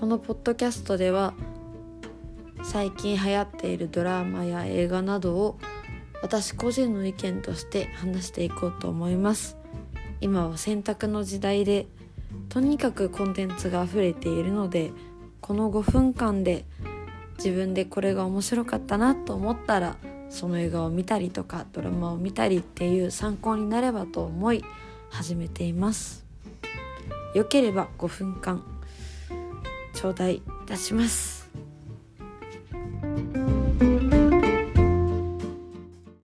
のポッドキャストでは最近流行っているドラマや映画などを私個人の意見として話していこうと思います。今は選択の時代でとにかくコンテンツが溢れているので、この5分間で自分でこれが面白かったなと思ったらその映画を見たりとかドラマを見たりっていう参考になればと思い始めています。よければ5分間頂戴いたします。